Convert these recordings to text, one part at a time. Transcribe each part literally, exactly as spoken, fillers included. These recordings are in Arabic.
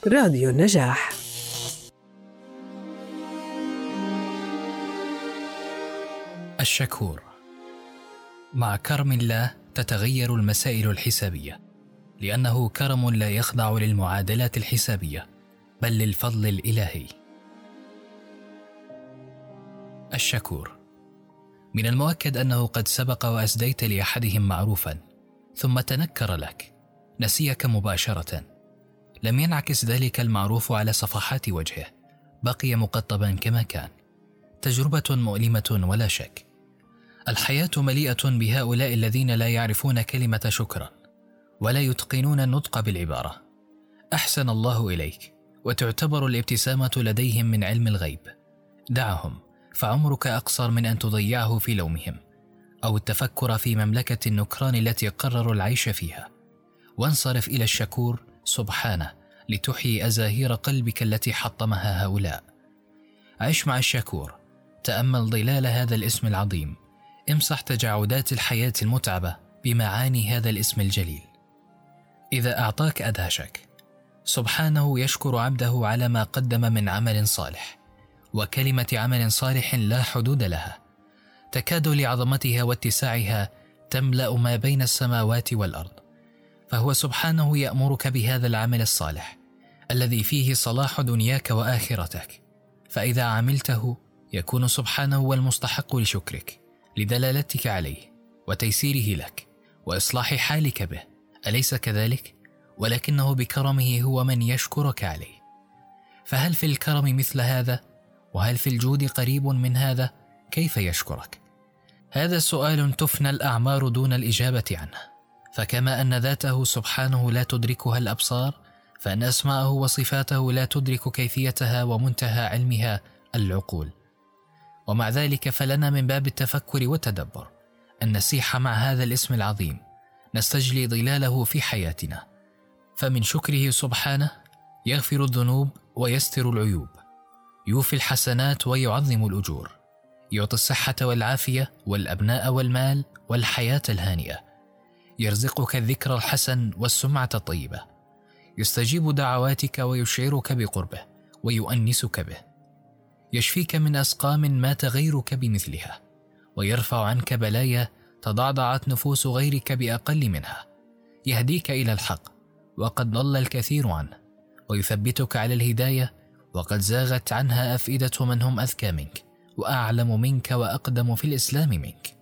راديو النجاح. الشكور. مع كرم الله تتغير المسائل الحسابية، لأنه كرم لا يخضع للمعادلات الحسابية بل للفضل الإلهي. الشكور. من المؤكد أنه قد سبق وأسديت لأحدهم معروفا ثم تنكر لك، نسيك مباشرة، لم ينعكس ذلك المعروف على صفحات وجهه، بقي مقطبا كما كان. تجربة مؤلمة ولا شك. الحياة مليئة بهؤلاء الذين لا يعرفون كلمة شكرا ولا يتقنون النطق بالعبارة. أحسن الله إليك، وتعتبر الابتسامة لديهم من علم الغيب. دعهم، فعمرك أقصر من أن تضيعه في لومهم أو التفكر في مملكة النكران التي قرروا العيش فيها. وانصرف إلى الشكور سبحانه لتحيي أزاهير قلبك التي حطمها هؤلاء. عش مع الشكور، تأمل ظلال هذا الاسم العظيم، امسح تجاعدات الحياة المتعبة بمعاني هذا الاسم الجليل. إذا أعطاك أدهشك. سبحانه يشكر عبده على ما قدم من عمل صالح، وكلمة عمل صالح لا حدود لها، تكاد لعظمتها واتساعها تملأ ما بين السماوات والأرض. فهو سبحانه يأمرك بهذا العمل الصالح الذي فيه صلاح دنياك وآخرتك، فإذا عملته يكون سبحانه هو المستحق لشكرك، لدلالتك عليه وتيسيره لك وإصلاح حالك به، أليس كذلك؟ ولكنه بكرمه هو من يشكرك عليه. فهل في الكرم مثل هذا؟ وهل في الجود قريب من هذا؟ كيف يشكرك؟ هذا سؤال تفنى الأعمار دون الإجابة عنه. فكما أن ذاته سبحانه لا تدركها الأبصار، فأن أسماءه وصفاته لا تدرك كيفيتها ومنتهى علمها العقول. ومع ذلك فلنا من باب التفكر والتدبر أن نسيح مع هذا الاسم العظيم، نستجلي ظلاله في حياتنا. فمن شكره سبحانه يغفر الذنوب ويستر العيوب، يوفي الحسنات ويعظم الأجور، يعطي الصحة والعافية والأبناء والمال والحياة الهانئة، يرزقك الذكر الحسن والسمعة الطيبة، يستجيب دعواتك ويشعرك بقربه ويؤنسك به، يشفيك من أسقام مات غيرك بمثلها، ويرفع عنك بلايا تضعضعت نفوس غيرك بأقل منها، يهديك إلى الحق وقد ضل الكثير عنه، ويثبتك على الهداية وقد زاغت عنها أفئدة من هم أذكى منك وأعلم منك وأقدم في الإسلام منك.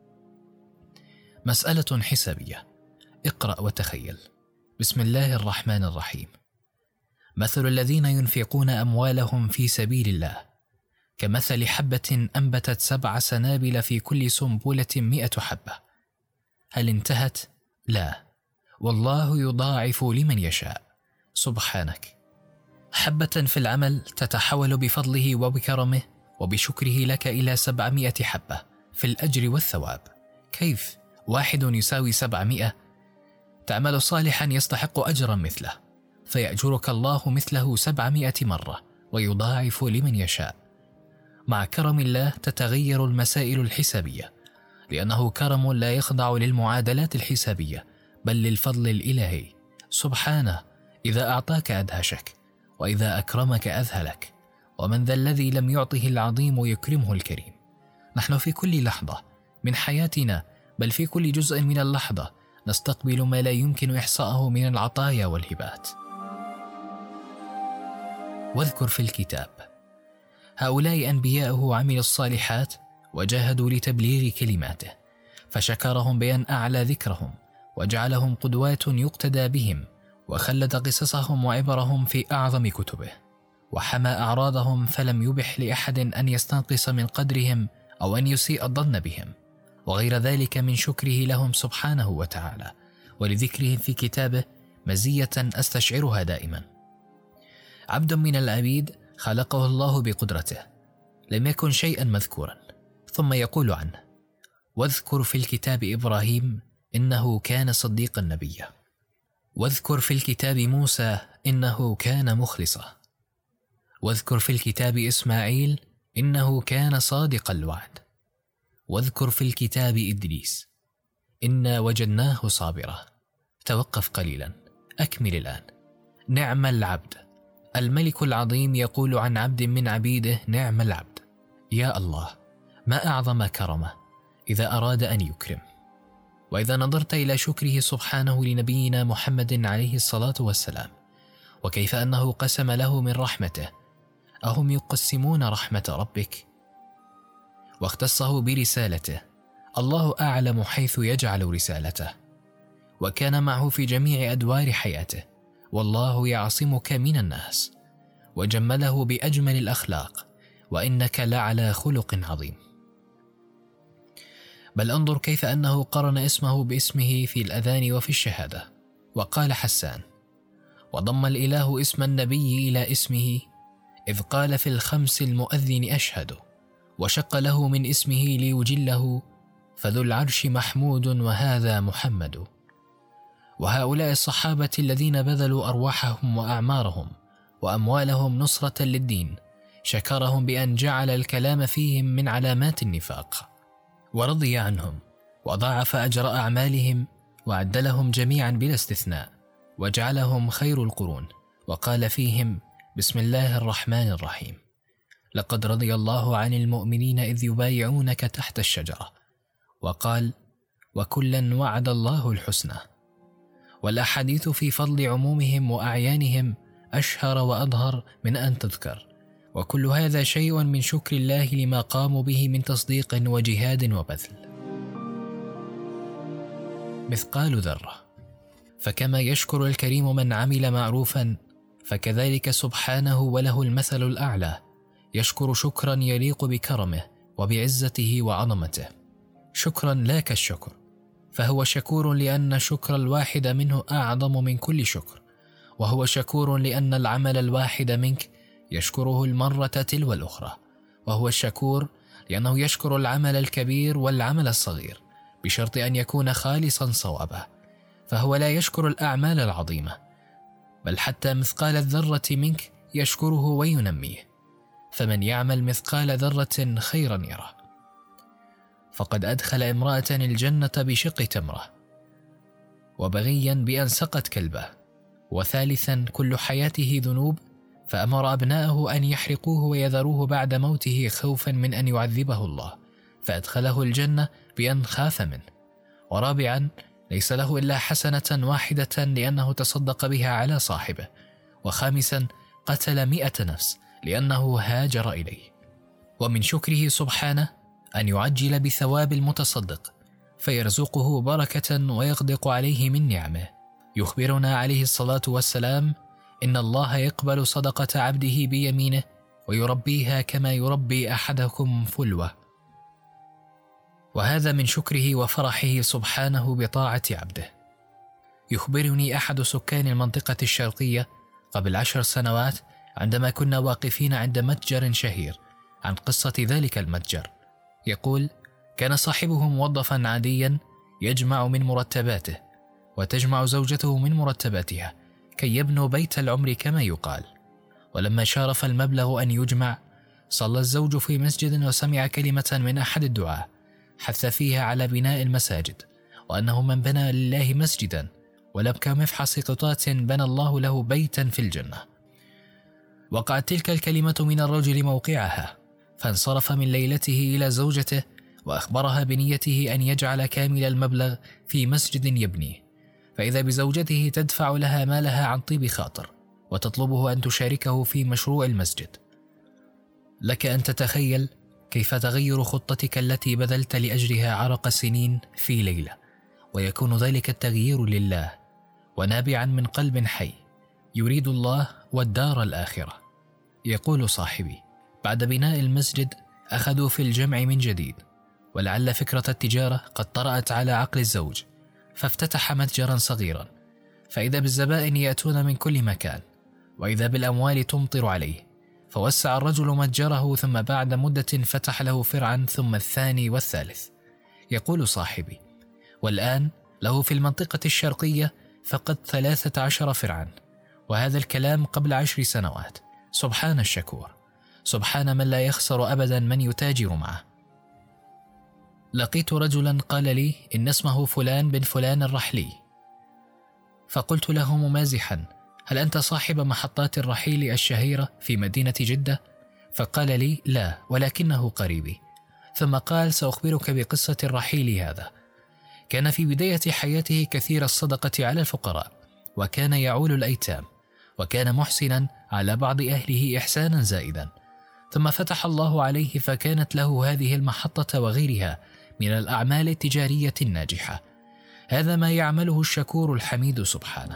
مسألة حسابية. اقرأ وتخيل. بسم الله الرحمن الرحيم. مثل الذين ينفقون أموالهم في سبيل الله كمثل حبة أنبتت سبع سنابل في كل سنبلة مئة حبة. هل انتهت؟ لا، والله يضاعف لمن يشاء. سبحانك. حبة في العمل تتحول بفضله وبكرمه وبشكره لك إلى سبعمائة حبة في الأجر والثواب. كيف؟ واحد يساوي سبعمائة. تعمل صالحا يستحق أجرا مثله، فيأجرك الله مثله سبعمائة مرة ويضاعف لمن يشاء. مع كرم الله تتغير المسائل الحسابية، لأنه كرم لا يخضع للمعادلات الحسابية بل للفضل الإلهي. سبحانه إذا أعطاك أدهشك، وإذا أكرمك أذهلك، ومن ذا الذي لم يعطه العظيم يكرمه الكريم. نحن في كل لحظة من حياتنا، بل في كل جزء من اللحظة، نستقبل ما لا يمكن إحصاءه من العطايا والهبات. واذكر في الكتاب. هؤلاء أنبياؤه عملوا الصالحات وجاهدوا لتبليغ كلماته، فشكرهم بأن أعلى ذكرهم وجعلهم قدوات يقتدى بهم، وخلد قصصهم وعبرهم في أعظم كتبه، وحمى أعراضهم فلم يبح لأحد أن يستنقص من قدرهم أو أن يسيء الظن بهم، وغير ذلك من شكره لهم سبحانه وتعالى ولذكرهم في كتابه مزية أستشعرها دائما. عبد من العبيد خلقه الله بقدرته، لم يكن شيئا مذكورا، ثم يقول عنه: واذكر في الكتاب إبراهيم إنه كان صديقا نبيا، واذكر في الكتاب موسى إنه كان مخلصا، واذكر في الكتاب إسماعيل إنه كان صادق الوعد، واذكر في الكتاب إدريس إنا وجدناه صابرا. توقف قليلا، أكمل الآن. نعم العبد الملك العظيم يقول عن عبد من عبيده: نعم العبد. يا الله، ما أعظم كرمه إذا أراد أن يكرم. وإذا نظرت إلى شكره سبحانه لنبينا محمد عليه الصلاة والسلام، وكيف أنه قسم له من رحمته، أهم يقسمون رحمة ربك؟ واختصه برسالته، الله أعلم حيث يجعل رسالته، وكان معه في جميع أدوار حياته، والله يعصمك من الناس، وجمله بأجمل الأخلاق، وإنك لعلى خلق عظيم. بل انظر كيف أنه قرن اسمه باسمه في الأذان وفي الشهادة، وقال حسان: وضم الإله اسم النبي إلى اسمه، إذ قال في الخمس المؤذن أشهد، وشق له من اسمه ليجله، فذو العرش محمود وهذا محمد. وهؤلاء الصحابة الذين بذلوا أرواحهم وأعمارهم وأموالهم نصرة للدين، شكرهم بأن جعل الكلام فيهم من علامات النفاق، ورضي عنهم وضاعف أجر أعمالهم، وعد لهم جميعا بلا استثناء، وجعلهم خير القرون، وقال فيهم: بسم الله الرحمن الرحيم، لقد رضي الله عن المؤمنين إذ يبايعونك تحت الشجرة، وقال: وكلا وعد الله الحسنى. والأحاديث في فضل عمومهم وأعيانهم أشهر وأظهر من أن تذكر، وكل هذا شيء من شكر الله لما قاموا به من تصديق وجهاد وبذل. مثقال ذرة. فكما يشكر الكريم من عمل معروفا، فكذلك سبحانه وله المثل الأعلى يشكر شكرا يليق بكرمه وبعزته وعظمته، شكرا لا كالشكر، فهو شكور لأن شكر الواحد منه أعظم من كل شكر، وهو شكور لأن العمل الواحد منك يشكره المرة تلو الأخرى، وهو الشكور لأنه يشكر العمل الكبير والعمل الصغير بشرط أن يكون خالصا صوابا، فهو لا يشكر الأعمال العظيمة، بل حتى مثقال الذرة منك يشكره وينميه، فمن يعمل مثقال ذرة خيرا يره. فقد أدخل امرأة الجنة بشق تمرة، وبغيا بأن سقت كلبه، وثالثا كل حياته ذنوب، فأمر أبناءه أن يحرقوه ويذروه بعد موته خوفا من أن يعذبه الله، فأدخله الجنة بأن خاف منه، ورابعا ليس له إلا حسنة واحدة لأنه تصدق بها على صاحبه، وخامسا قتل مئة نفس لأنه هاجر إليه. ومن شكره سبحانه أن يعجل بثواب المتصدق فيرزقه بركة ويغدق عليه من نعمه. يخبرنا عليه الصلاة والسلام: إن الله يقبل صدقة عبده بيمينه ويربيها كما يربي أحدكم فلوة. وهذا من شكره وفرحه سبحانه بطاعة عبده. يخبرني أحد سكان المنطقة الشرقية قبل عشر سنوات عندما كنا واقفين عند متجر شهير عن قصة ذلك المتجر. يقول: كان صاحبه موظفا عاديا يجمع من مرتباته، وتجمع زوجته من مرتباتها كي يبنوا بيت العمر كما يقال. ولما شارف المبلغ أن يجمع، صلى الزوج في مسجد وسمع كلمة من أحد الدعاة حث فيها على بناء المساجد، وأنه من بنى لله مسجدا ولم كمفحص قطات بنى الله له بيتا في الجنة. وقعت تلك الكلمة من الرجل موقعها، فانصرف من ليلته إلى زوجته وأخبرها بنيته أن يجعل كامل المبلغ في مسجد يبنيه، فإذا بزوجته تدفع لها مالها عن طيب خاطر وتطلبه أن تشاركه في مشروع المسجد. لك أن تتخيل كيف تغير خطتك التي بذلت لأجلها عرق سنين في ليلة، ويكون ذلك التغيير لله ونابعا من قلب حي يريد الله والدار الآخرة. يقول صاحبي: بعد بناء المسجد أخذوا في الجمع من جديد، ولعل فكرة التجارة قد طرأت على عقل الزوج، فافتتح متجرا صغيرا، فإذا بالزبائن يأتون من كل مكان، وإذا بالأموال تمطر عليه، فوسع الرجل متجره، ثم بعد مدة فتح له فرعا ثم الثاني والثالث. يقول صاحبي: والآن له في المنطقة الشرقية فقد ثلاثة عشر فرعا، وهذا الكلام قبل عشر سنوات. سبحان الشكور، سبحان من لا يخسر أبدا من يتاجر معه. لقيت رجلا قال لي إن اسمه فلان بن فلان الرحلي، فقلت له ممازحا: هل أنت صاحب محطات الرحيل الشهيرة في مدينة جدة؟ فقال لي: لا، ولكنه قريبي. ثم قال: سأخبرك بقصة الرحيل هذا. كان في بداية حياته كثير الصدقة على الفقراء، وكان يعول الأيتام، وكان محسنا على بعض أهله إحسانا زائدا. ثم فتح الله عليه فكانت له هذه المحطة وغيرها من الأعمال التجارية الناجحة. هذا ما يعمله الشكور الحميد سبحانه.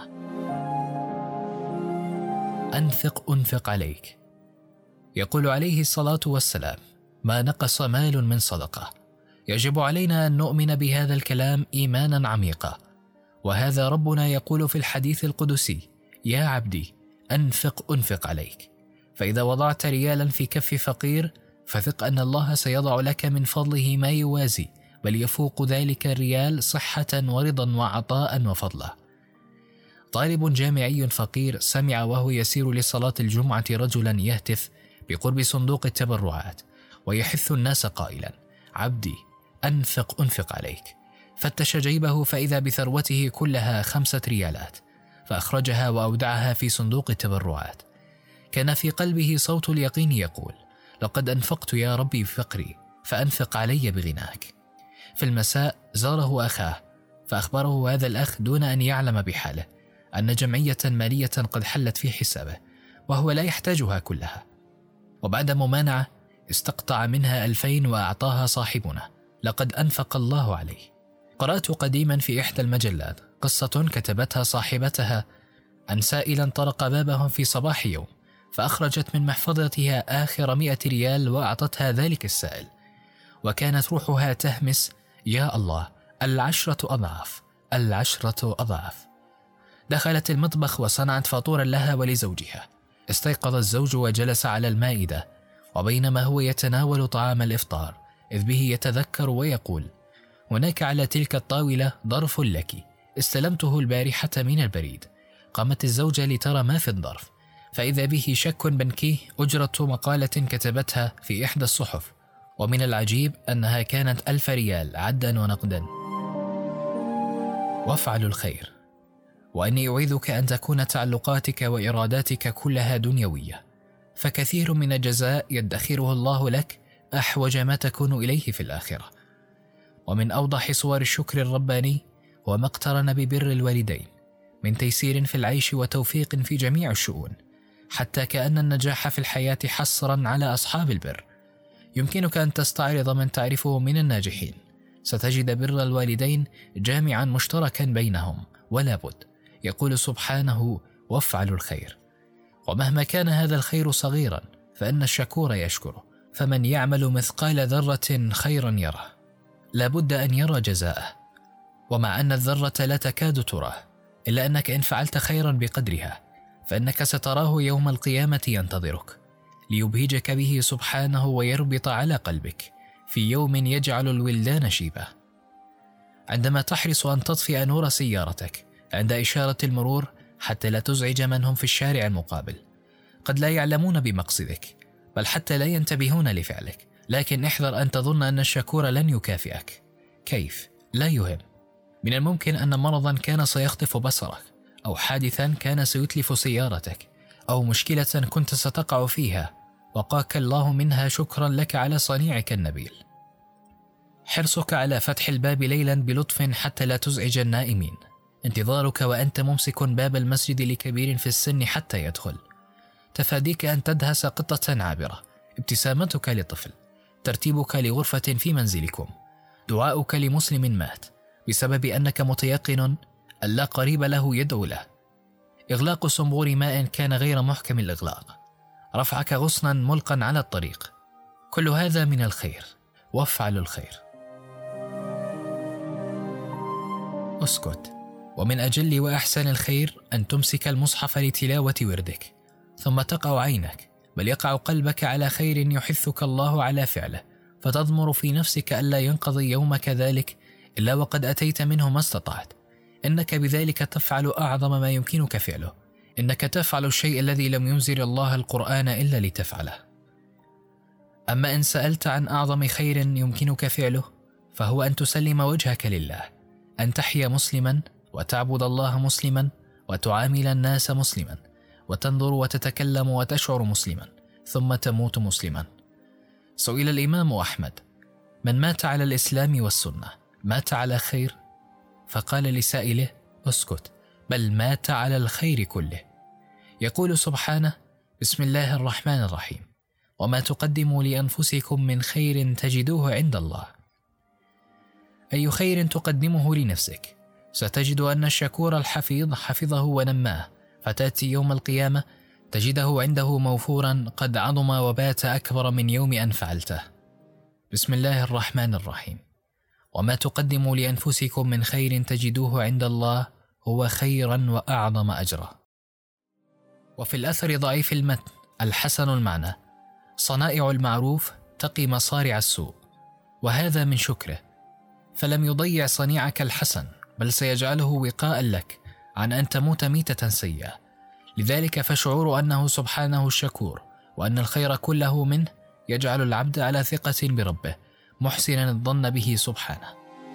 أنفق أنفق عليك. يقول عليه الصلاة والسلام: ما نقص مال من صدقة. يجب علينا أن نؤمن بهذا الكلام إيمانا عميقا. وهذا ربنا يقول في الحديث القدسي: يا عبدي أنفق أنفق عليك. فإذا وضعت ريالا في كف فقير فثق أن الله سيضع لك من فضله ما يوازي بل يفوق ذلك الريال صحة ورضا وعطاء وفضلا. طالب جامعي فقير سمع وهو يسير لصلاة الجمعة رجلا يهتف بقرب صندوق التبرعات ويحث الناس قائلا: عبدي أنفق أنفق عليك. فتش جيبه فإذا بثروته كلها خمسة ريالات، فأخرجها وأودعها في صندوق التبرعات. كان في قلبه صوت اليقين يقول: لقد أنفقت يا ربي بفقري فأنفق علي بغناك. في المساء زاره أخاه فأخبره هذا الأخ دون أن يعلم بحاله أن جمعية مالية قد حلت في حسابه وهو لا يحتاجها كلها. وبعد ممانعة استقطع منها ألفين وأعطاها صاحبنا. لقد أنفق الله عليه. قرأت قديما في إحدى المجلات قصة كتبتها صاحبتها أن سائلا طرق بابهم في صباح يوم فأخرجت من محفظتها آخر مئة ريال وأعطتها ذلك السائل، وكانت روحها تهمس: يا الله، العشرة أضعاف، العشرة أضعاف. دخلت المطبخ وصنعت فطورا لها ولزوجها. استيقظ الزوج وجلس على المائدة، وبينما هو يتناول طعام الإفطار إذ به يتذكر ويقول: هناك على تلك الطاولة ظرف لك استلمته البارحة من البريد. قامت الزوجة لترى ما في الظرف، فإذا به شك بنكي أجرة مقالة كتبتها في إحدى الصحف، ومن العجيب أنها كانت ألف ريال عدا ونقدا. وافعل الخير. وأني أعيذك أن تكون تعلقاتك وإراداتك كلها دنيوية، فكثير من الجزاء يدخره الله لك أحوج ما تكون إليه في الآخرة. ومن أوضح صور الشكر الرباني هو ما اقترن ببر الوالدين من تيسير في العيش وتوفيق في جميع الشؤون، حتى كأن النجاح في الحياة حصرا على أصحاب البر. يمكنك أن تستعرض من تعرفه من الناجحين، ستجد بر الوالدين جامعا مشتركا بينهم ولا بد. يقول سبحانه: وافعلوا الخير. ومهما كان هذا الخير صغيرا فإن الشكور يشكره. فمن يعمل مثقال ذرة خيرا يره، لا بد أن يرى جزاءه. ومع أن الذرة لا تكاد تراه، إلا أنك إن فعلت خيرا بقدرها فإنك ستراه يوم القيامة ينتظرك ليبهجك به سبحانه ويربط على قلبك في يوم يجعل الولدان شيبة. عندما تحرص أن تطفئ نور سيارتك عند إشارة المرور حتى لا تزعج من هم في الشارع المقابل، قد لا يعلمون بمقصدك بل حتى لا ينتبهون لفعلك، لكن احذر أن تظن أن الشكور لن يكافئك. كيف؟ لا يهم. من الممكن أن مرضا كان سيخطف بصرك، أو حادثا كان سيتلف سيارتك، أو مشكلة كنت ستقع فيها وقاك الله منها شكرا لك على صنيعك النبيل. حرصك على فتح الباب ليلا بلطف حتى لا تزعج النائمين، انتظارك وأنت ممسك باب المسجد لكبير في السن حتى يدخل، تفاديك أن تدهس قطة عابرة، ابتسامتك لطفل، ترتيبك لغرفة في منزلكم، دعاؤك لمسلم مات بسبب أنك متيقن أن لا قريب له يدعو له، إغلاق صنبور ماء كان غير محكم الإغلاق، رفعك غصنا ملقا على الطريق. كل هذا من الخير. وافعل الخير. اسكت. ومن أجل وأحسن الخير أن تمسك المصحف لتلاوة وردك، ثم تقع عينك بل يقع قلبك على خير يحثك الله على فعله، فتضمر في نفسك ألا ينقضي يومك ذلك إلا وقد أتيت منه ما استطعت. إنك بذلك تفعل أعظم ما يمكنك فعله، إنك تفعل الشيء الذي لم ينزل الله القرآن إلا لتفعله. أما إن سألت عن أعظم خير يمكنك فعله فهو أن تسلم وجهك لله، أن تحيا مسلما وتعبد الله مسلما وتعامل الناس مسلما، وتنظر وتتكلم وتشعر مسلما، ثم تموت مسلما. سئل الإمام أحمد: من مات على الإسلام والسنة مات على خير؟ فقال لسائله: اسكت، بل مات على الخير كله. يقول سبحانه: بسم الله الرحمن الرحيم: وما تقدموا لأنفسكم من خير تجدوه عند الله. أي خير تقدمه لنفسك ستجد أن الشكور الحفيظ حفظه ونماه، فتأتي يوم القيامة تجده عنده موفورا قد عظم وبات أكبر من يوم أن فعلته. بسم الله الرحمن الرحيم: وما تقدموا لأنفسكم من خير تجدوه عند الله هو خيرا وأعظم أجرا. وفي الأثر ضعيف المتن الحسن المعنى: صنائع المعروف تقي مصارع السوء، وهذا من شكره، فلم يضيع صنيعك الحسن، بل سيجعله وقاء لك عن أن تموت ميتة سيئة. لذلك فشعور أنه سبحانه الشكور وأن الخير كله منه يجعل العبد على ثقة بربه، محسنا الظن به سبحانه.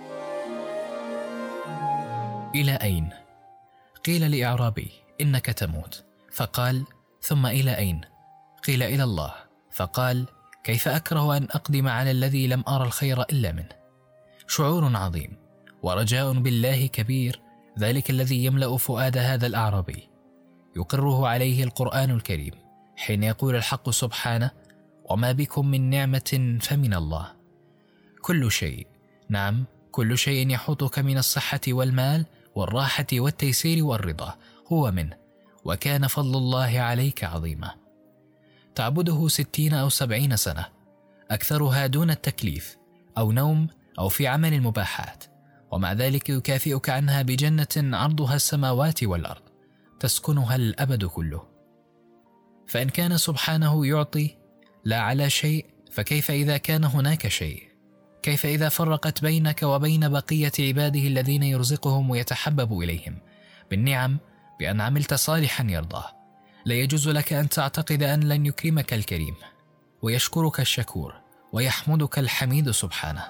إلى أين؟ قيل لإعرابي: إنك تموت، فقال: ثم إلى أين؟ قيل: إلى الله، فقال: كيف أكره أن أقدم على الذي لم أرى الخير إلا منه. شعور عظيم ورجاء بالله كبير، ذلك الذي يملأ فؤاد هذا الأعرابي، يقره عليه القرآن الكريم حين يقول الحق سبحانه: وما بكم من نعمة فمن الله. كل شيء، نعم كل شيء يحوطك من الصحة والمال والراحة والتيسير والرضا هو منه، وكان فضل الله عليك عظيما. تعبده ستين أو سبعين سنة، أكثرها دون التكليف أو نوم أو في عمل المباحات، ومع ذلك يكافئك عنها بجنة عرضها السماوات والأرض تسكنها الأبد كله. فإن كان سبحانه يعطي لا على شيء، فكيف إذا كان هناك شيء؟ كيف إذا فرقت بينك وبين بقية عباده الذين يرزقهم ويتحبب إليهم بالنعم بأن عملت صالحا يرضاه؟ لا يجوز لك أن تعتقد أن لن يكرمك الكريم ويشكرك الشكور ويحمدك الحميد سبحانه.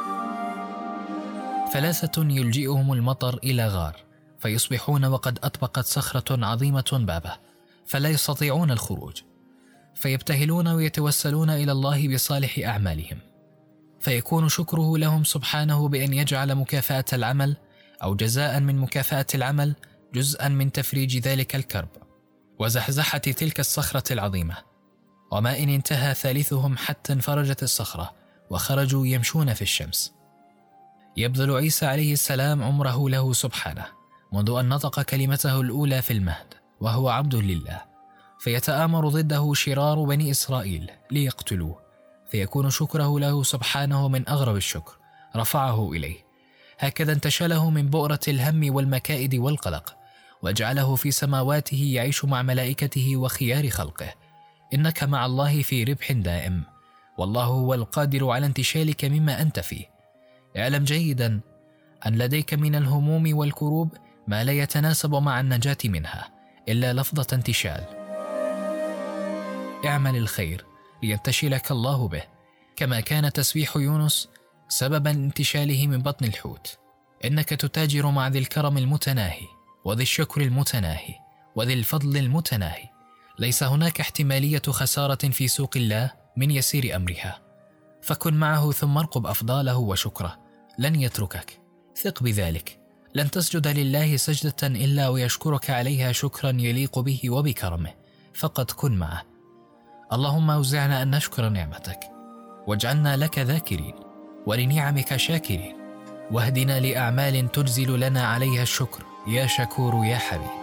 ثلاثة يلجئهم المطر إلى غار، فيصبحون وقد أطبقت صخرة عظيمة بابه، فلا يستطيعون الخروج، فيبتهلون ويتوسلون إلى الله بصالح أعمالهم، فيكون شكره لهم سبحانه بأن يجعل مكافأة العمل أو جزاء من مكافأة العمل جزءا من تفريج ذلك الكرب وزحزحة تلك الصخرة العظيمة. وما إن انتهى ثالثهم حتى انفرجت الصخرة وخرجوا يمشون في الشمس. يبذل عيسى عليه السلام عمره له سبحانه منذ أن نطق كلمته الأولى في المهد وهو عبد لله، فيتآمر ضده شرار بني إسرائيل ليقتلوه، فيكون شكره له سبحانه من أغرب الشكر، رفعه إليه، هكذا انتشله من بؤرة الهم والمكائد والقلق، وجعله في سماواته يعيش مع ملائكته وخيار خلقه. إنك مع الله في ربح دائم، والله هو القادر على انتشالك مما أنت فيه. اعلم جيدا أن لديك من الهموم والكروب ما لا يتناسب مع النجاة منها إلا لفظة انتشال. اعمل الخير لينتشلك الله به، كما كان تسبيح يونس سببا انتشاله من بطن الحوت. إنك تتاجر مع ذي الكرم المتناهي وذي الشكر المتناهي وذي الفضل المتناهي، ليس هناك احتمالية خسارة في سوق الله من يسير أمرها، فكن معه ثم ارقب أفضاله وشكره، لن يتركك، ثق بذلك. لن تسجد لله سجدة إلا ويشكرك عليها شكرا يليق به وبكرمه، فقد كن معه. اللهم أوزعنا أن نشكر نعمتك، واجعلنا لك ذاكرين ولنعمك شاكرين، واهدنا لأعمال تنزل لنا عليها الشكر يا شكور يا حبيب.